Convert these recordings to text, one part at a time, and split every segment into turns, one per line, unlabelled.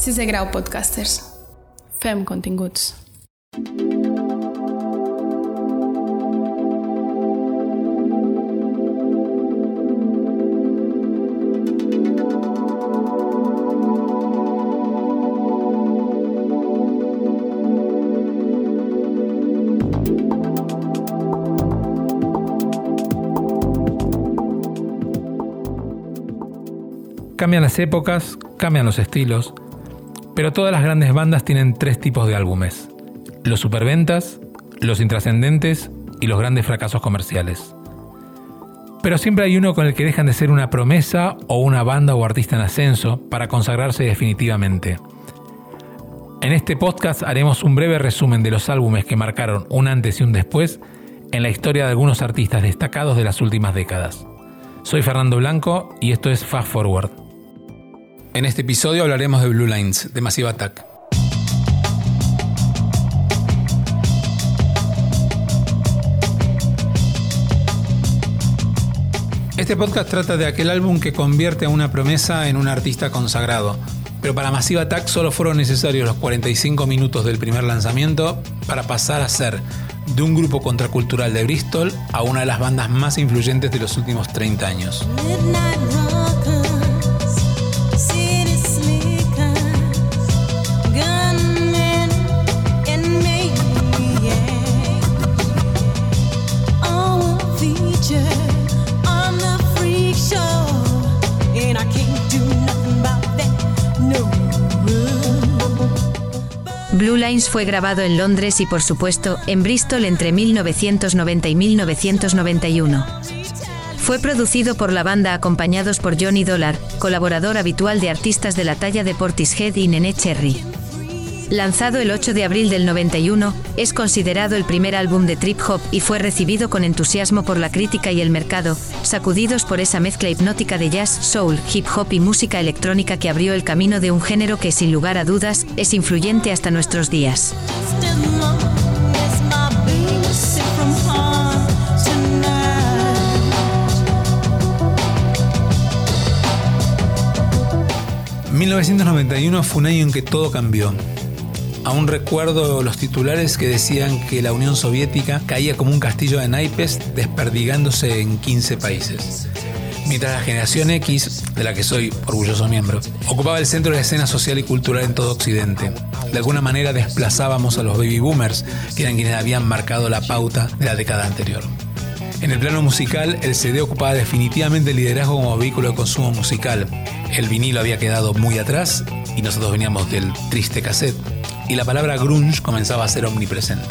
Si se grau podcasters. Fem continguts.
Cambian las épocas, cambian los estilos, pero todas las grandes bandas tienen tres tipos de álbumes: los superventas, los intrascendentes y los grandes fracasos comerciales. Pero siempre hay uno con el que dejan de ser una promesa o una banda o artista en ascenso para consagrarse definitivamente. En este podcast haremos un breve resumen de los álbumes que marcaron un antes y un después en la historia de algunos artistas destacados de las últimas décadas. Soy Fernando Blanco y esto es Fast Forward. En este episodio hablaremos de Blue Lines, de Massive Attack. Este podcast trata de aquel álbum que convierte a una promesa en un artista consagrado. Pero para Massive Attack solo fueron necesarios los 45 minutos del primer lanzamiento para pasar a ser de un grupo contracultural de Bristol a una de las bandas más influyentes de los últimos 30 años.
Blue Lines fue grabado en Londres y, por supuesto, en Bristol entre 1990 y 1991. Fue producido por la banda acompañados por Johnny Dollar, colaborador habitual de artistas de la talla de Portishead y Neneh Cherry. Lanzado el 8 de abril del 91, es considerado el primer álbum de trip hop y fue recibido con entusiasmo por la crítica y el mercado, sacudidos por esa mezcla hipnótica de jazz, soul, hip hop y música electrónica que abrió el camino de un género que, sin lugar a dudas, es influyente hasta nuestros días.
...1991 fue un año en que todo cambió. Aún recuerdo los titulares que decían que la Unión Soviética caía como un castillo de naipes, desperdigándose en 15 países. Mientras la generación X, de la que soy orgulloso miembro, ocupaba el centro de la escena social y cultural en todo Occidente. De alguna manera desplazábamos a los baby boomers, que eran quienes habían marcado la pauta de la década anterior. En el plano musical, el CD ocupaba definitivamente el liderazgo como vehículo de consumo musical. El vinilo había quedado muy atrás y nosotros veníamos del triste cassette. Y la palabra grunge comenzaba a ser omnipresente.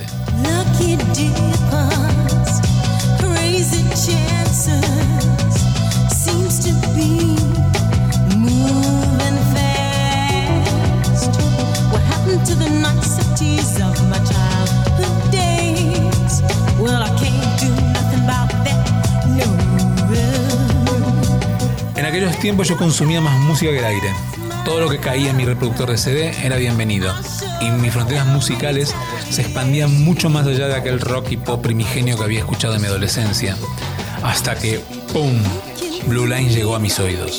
En aquellos tiempos yo consumía más música que el aire. Todo lo que caía en mi reproductor de CD era bienvenido, y mis fronteras musicales se expandían mucho más allá de aquel rock y pop primigenio que había escuchado en mi adolescencia, hasta que ¡pum!, Blue Lines llegó a mis oídos.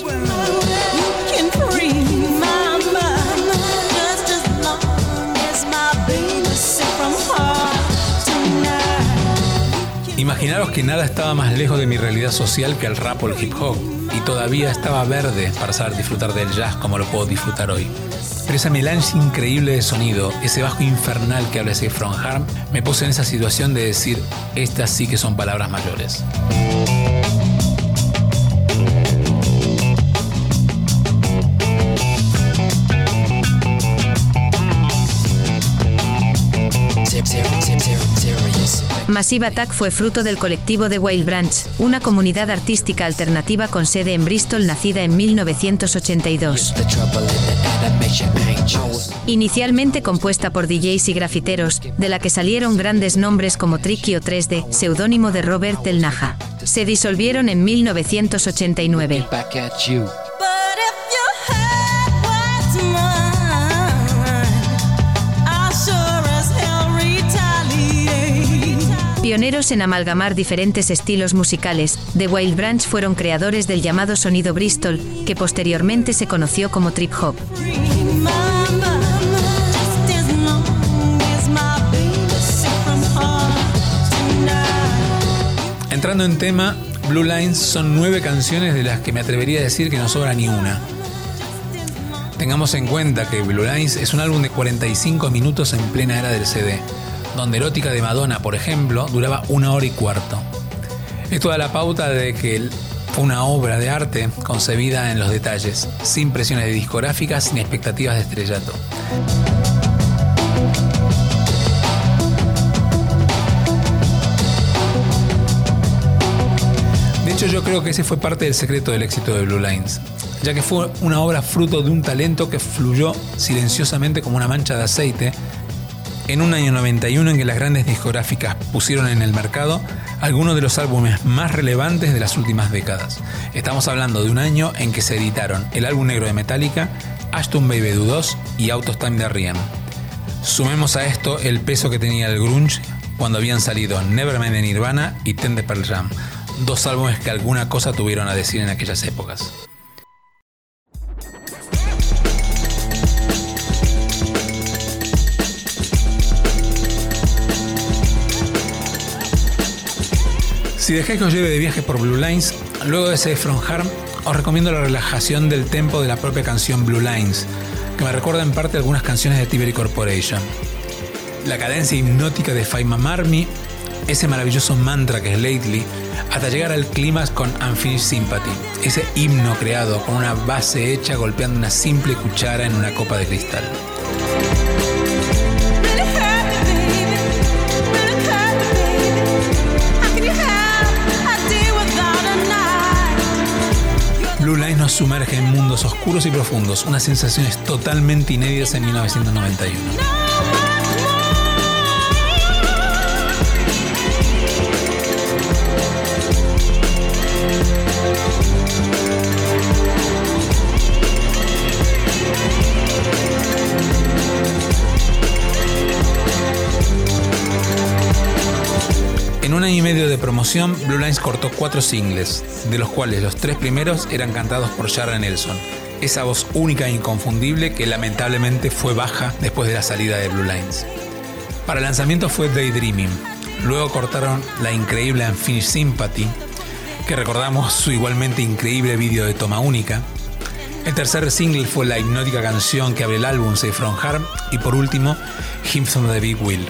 Imaginaros que nada estaba más lejos de mi realidad social que el rap o el hip hop, y todavía estaba verde para saber disfrutar del jazz como lo puedo disfrutar hoy. Pero esa melange increíble de sonido, ese bajo infernal que habla ese From Harm, me puso en esa situación de decir, estas sí que son palabras mayores.
Massive Attack fue fruto del colectivo The Wild Branch, una comunidad artística alternativa con sede en Bristol nacida en 1982. Inicialmente compuesta por DJs y grafiteros, de la que salieron grandes nombres como Tricky o 3D, seudónimo de Robert El Naja. Se disolvieron en 1989. Pioneros en amalgamar diferentes estilos musicales, The Wild Branch fueron creadores del llamado sonido Bristol, que posteriormente se conoció como trip hop.
Entrando en tema, Blue Lines son 9 canciones de las que me atrevería a decir que no sobra ni una. Tengamos en cuenta que Blue Lines es un álbum de 45 minutos en plena era del CD, donde Erótica de Madonna, por ejemplo, duraba 1 hora y cuarto. Esto da la pauta de que fue una obra de arte concebida en los detalles, sin presiones discográficas ni expectativas de estrellato. De hecho, yo creo que ese fue parte del secreto del éxito de Blue Lines, ya que fue una obra fruto de un talento que fluyó silenciosamente como una mancha de aceite en un año 91 en que las grandes discográficas pusieron en el mercado algunos de los álbumes más relevantes de las últimas décadas. Estamos hablando de un año en que se editaron el álbum negro de Metallica, Ashton Baby Do 2 y Out of Time de R.E.M. Sumemos a esto el peso que tenía el grunge cuando habían salido Nevermind de Nirvana y Ten de Pearl Jam, 2 álbumes que alguna cosa tuvieron a decir en aquellas épocas. Si dejáis que os lleve de viaje por Blue Lines, luego de ese From Harm, os recomiendo la relajación del tempo de la propia canción Blue Lines, que me recuerda en parte algunas canciones de Thievery Corporation. La cadencia hipnótica de Fight My Army, ese maravilloso mantra que es Lately, hasta llegar al clímax con Unfinished Sympathy, ese himno creado con una base hecha golpeando una simple cuchara en una copa de cristal. Blue Lines nos sumerge en mundos oscuros y profundos, unas sensaciones totalmente inéditas en 1991. En un año y medio de promoción, Blue Lines cortó 4 singles, de los cuales los 3 primeros eran cantados por Shara Nelson, esa voz única e inconfundible que lamentablemente fue baja después de la salida de Blue Lines. Para el lanzamiento fue Daydreaming, luego cortaron la increíble Unfinished Sympathy, que recordamos su igualmente increíble vídeo de toma única. El tercer single fue la hipnótica canción que abre el álbum Safe From Harm, y por último, Hymns of the Big Wheel.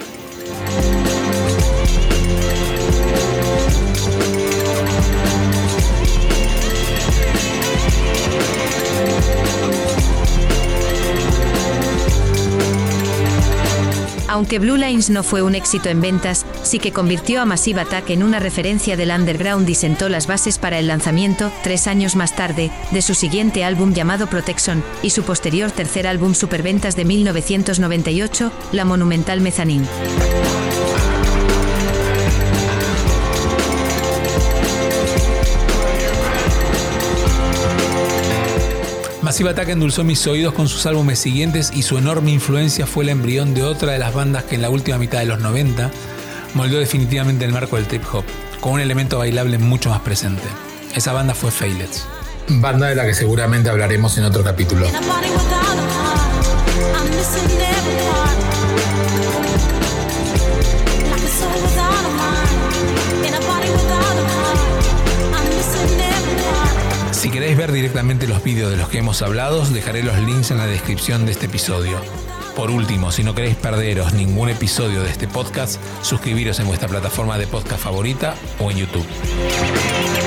Aunque Blue Lines no fue un éxito en ventas, sí que convirtió a Massive Attack en una referencia del underground y sentó las bases para el lanzamiento, 3 años más tarde, de su siguiente álbum llamado Protection, y su posterior tercer álbum superventas de 1998, la monumental Mezzanine.
Massive Attack endulzó mis oídos con sus álbumes siguientes y su enorme influencia fue el embrión de otra de las bandas que en la última mitad de los 90 moldeó definitivamente el marco del trip hop, con un elemento bailable mucho más presente. Esa banda fue Failets. Banda de la que seguramente hablaremos en otro capítulo. Si queréis ver directamente los vídeos de los que hemos hablado, dejaré los links en la descripción de este episodio. Por último, si no queréis perderos ningún episodio de este podcast, suscribiros en vuestra plataforma de podcast favorita o en YouTube.